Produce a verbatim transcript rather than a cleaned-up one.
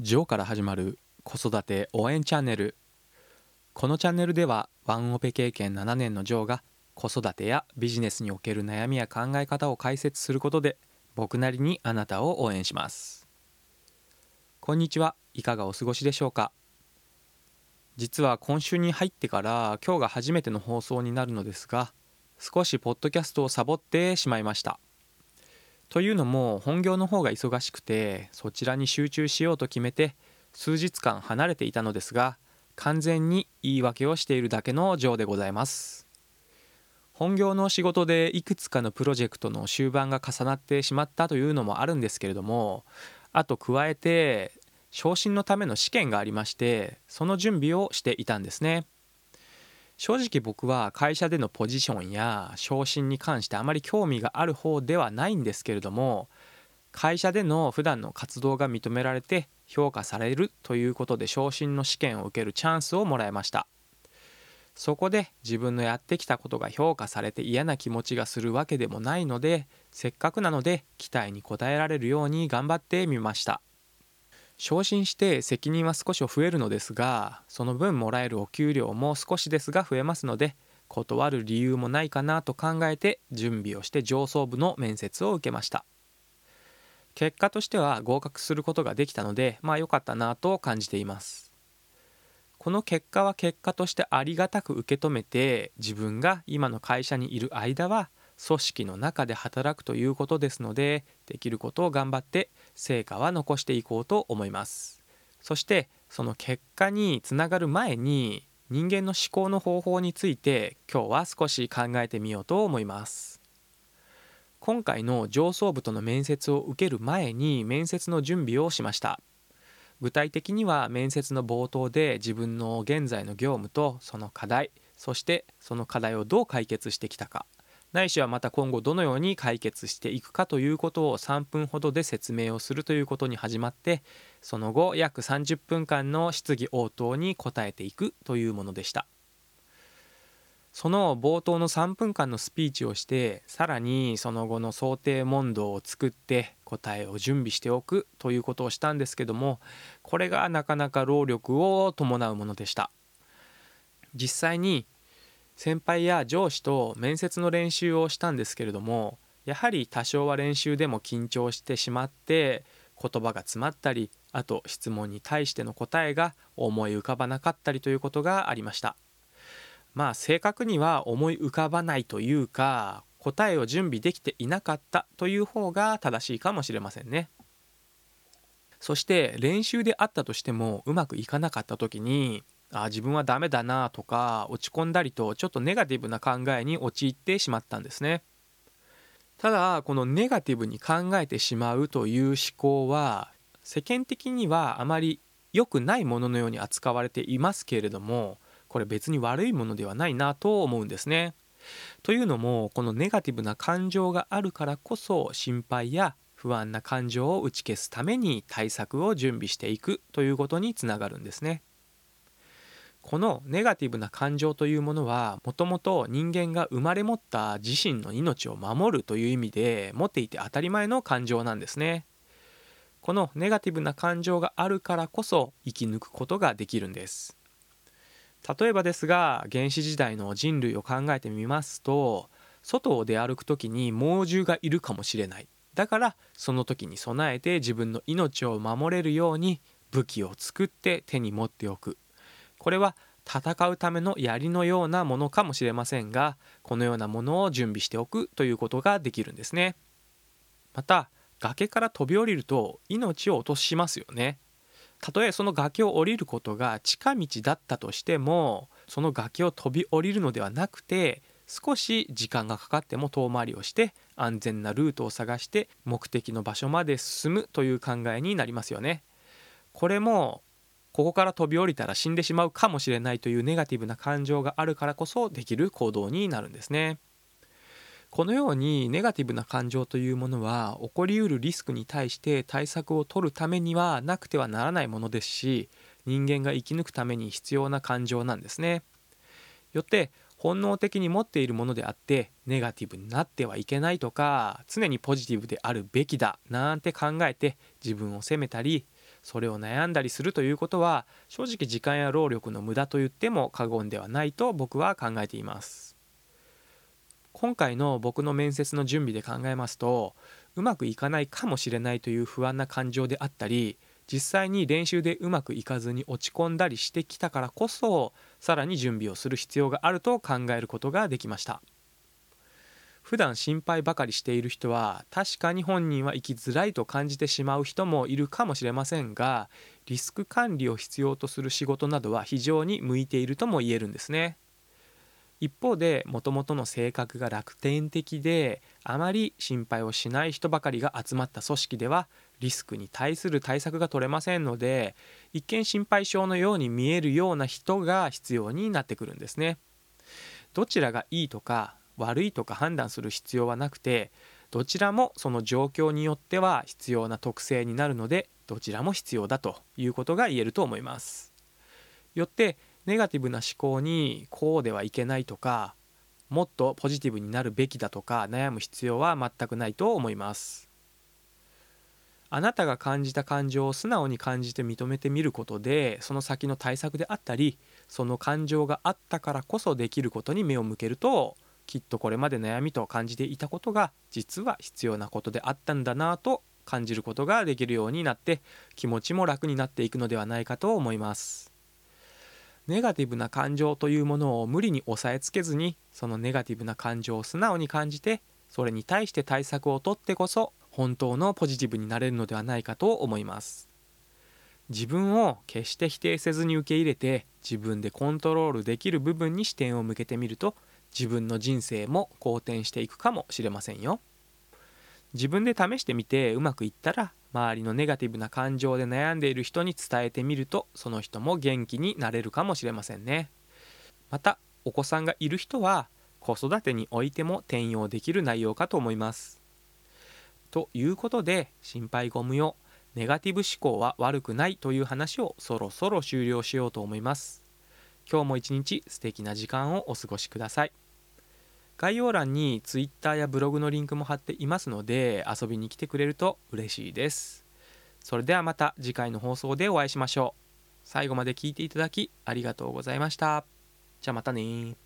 ジョーから始まる子育て応援チャンネル。このチャンネルではワンオペ経験ななねんのジョーが子育てやビジネスにおける悩みや考え方を解説することで僕なりにあなたを応援します。こんにちは、いかがお過ごしでしょうか。実は今週に入ってから今日が初めての放送になるのですが、少しポッドキャストをサボってしまいました。というのも本業の方が忙しくてそちらに集中しようと決めて数日間離れていたのですが、完全に言い訳をしているだけのジョーでございます。本業の仕事でいくつかのプロジェクトの終盤が重なってしまったというのもあるんですけれども、あと加えて昇進のための試験がありまして、その準備をしていたんですね。正直僕は会社でのポジションや昇進に関してあまり興味がある方ではないんですけれども、会社での普段の活動が認められて評価されるということで昇進の試験を受けるチャンスをもらいました。そこで自分のやってきたことが評価されて嫌な気持ちがするわけでもないので、せっかくなので期待に応えられるように頑張ってみました。昇進して責任は少し増えるのですが、その分もらえるお給料も少しですが増えますので、断る理由もないかなと考えて準備をして上層部の面接を受けました。結果としては合格することができたので、まあ良かったなと感じています。この結果は結果としてありがたく受け止めて、自分が今の会社にいる間は組織の中で働くということですので、できることを頑張って成果は残していこうと思います。そしてその結果につながる前に、人間の思考の方法について今日は少し考えてみようと思います。今回の上層部との面接を受ける前に面接の準備をしました。具体的には面接の冒頭で自分の現在の業務とその課題、そしてその課題をどう解決してきたか、ないしはまた今後どのように解決していくかということをさんぷんほどで説明をするということに始まって、その後約さんじゅっぷんかんの質疑応答に答えていくというものでした。その冒頭のさんぷんかんのスピーチをして、さらにその後の想定問答を作って答えを準備しておくということをしたんですけども、これがなかなか労力を伴うものでした。実際に先輩や上司と面接の練習をしたんですけれども、やはり多少は練習でも緊張してしまって言葉が詰まったり、あと質問に対しての答えが思い浮かばなかったりということがありました。まあ正確には思い浮かばないというか、答えを準備できていなかったという方が正しいかもしれませんね。そして練習であったとしてもうまくいかなかった時に、あ自分はダメだなとか落ち込んだりとちょっとネガティブな考えに陥ってしまったんですね。ただこのネガティブに考えてしまうという思考は世間的にはあまり良くないもののように扱われていますけれども、これ別に悪いものではないなと思うんですね。というのもこのネガティブな感情があるからこそ、心配や不安な感情を打ち消すために対策を準備していくということにつながるんですね。このネガティブな感情というものはもともと人間が生まれ持った自身の命を守るという意味で持っていて当たり前の感情なんですね。このネガティブな感情があるからこそ生き抜くことができるんです。例えばですが、原始時代の人類を考えてみますと、外を出歩く時に猛獣がいるかもしれない。だからその時に備えて自分の命を守れるように武器を作って手に持っておく。これは戦うための槍のようなものかもしれませんが、このようなものを準備しておくということができるんですね。また崖から飛び降りると命を落としますよね。たとえその崖を降りることが近道だったとしても、その崖を飛び降りるのではなくて、少し時間がかかっても遠回りをして安全なルートを探して目的の場所まで進むという考えになりますよね。これもここから飛び降りたら死んでしまうかもしれないというネガティブな感情があるからこそできる行動になるんですね。このようにネガティブな感情というものは起こりうるリスクに対して対策を取るためにはなくてはならないものですし、人間が生き抜くために必要な感情なんですね。よって本能的に持っているものであって、ネガティブになってはいけないとか常にポジティブであるべきだなんて考えて自分を責めたり、 それを悩んだりするということは正直時間や労力の無駄と言っても過言ではないと僕は考えています。今回の僕の面接の準備で考えますと、うまくいかないかもしれないという不安な感情であったり、実際に練習でうまくいかずに落ち込んだりしてきたからこそ、さらに準備をする必要があると考えることができました。普段心配ばかりしている人は確かに本人は生きづらいと感じてしまう人もいるかもしれませんが、リスク管理を必要とする仕事などは非常に向いているとも言えるんですね。一方で、もともとの性格が楽天的であまり心配をしない人ばかりが集まった組織では、リスクに対する対策が取れませんので、一見心配性のように見えるような人が必要になってくるんですね。どちらがいいとか悪いとか判断する必要はなくて、どちらもその状況によっては必要な特性になるので、どちらも必要だということが言えると思います。よってネガティブな思考にこうではいけないとか、もっとポジティブになるべきだとか悩む必要は全くないと思います。あなたが感じた感情を素直に感じて認めてみることで、その先の対策であったり、その感情があったからこそできることに目を向けると、きっとこれまで悩みと感じていたことが実は必要なことであったんだなと感じることができるようになって、気持ちも楽になっていくのではないかと思います。ネガティブな感情というものを無理に抑えつけずに、そのネガティブな感情を素直に感じて、それに対して対策をとってこそ本当のポジティブになれるのではないかと思います。自分を決して否定せずに受け入れて、自分でコントロールできる部分に視点を向けてみると、自分の人生も好転していくかもしれませんよ。自分で試してみてうまくいったら、周りのネガティブな感情で悩んでいる人に伝えてみると、その人も元気になれるかもしれませんね。また、お子さんがいる人は子育てにおいても転用できる内容かと思います。ということで、心配ご無用、ネガティブ思考は悪くないという話をそろそろ終了しようと思います。今日も一日素敵な時間をお過ごしください。概要欄に Twitter やブログのリンクも貼っていますので、遊びに来てくれると嬉しいです。それではまた次回の放送でお会いしましょう。最後まで聞いていただきありがとうございました。じゃあまたね。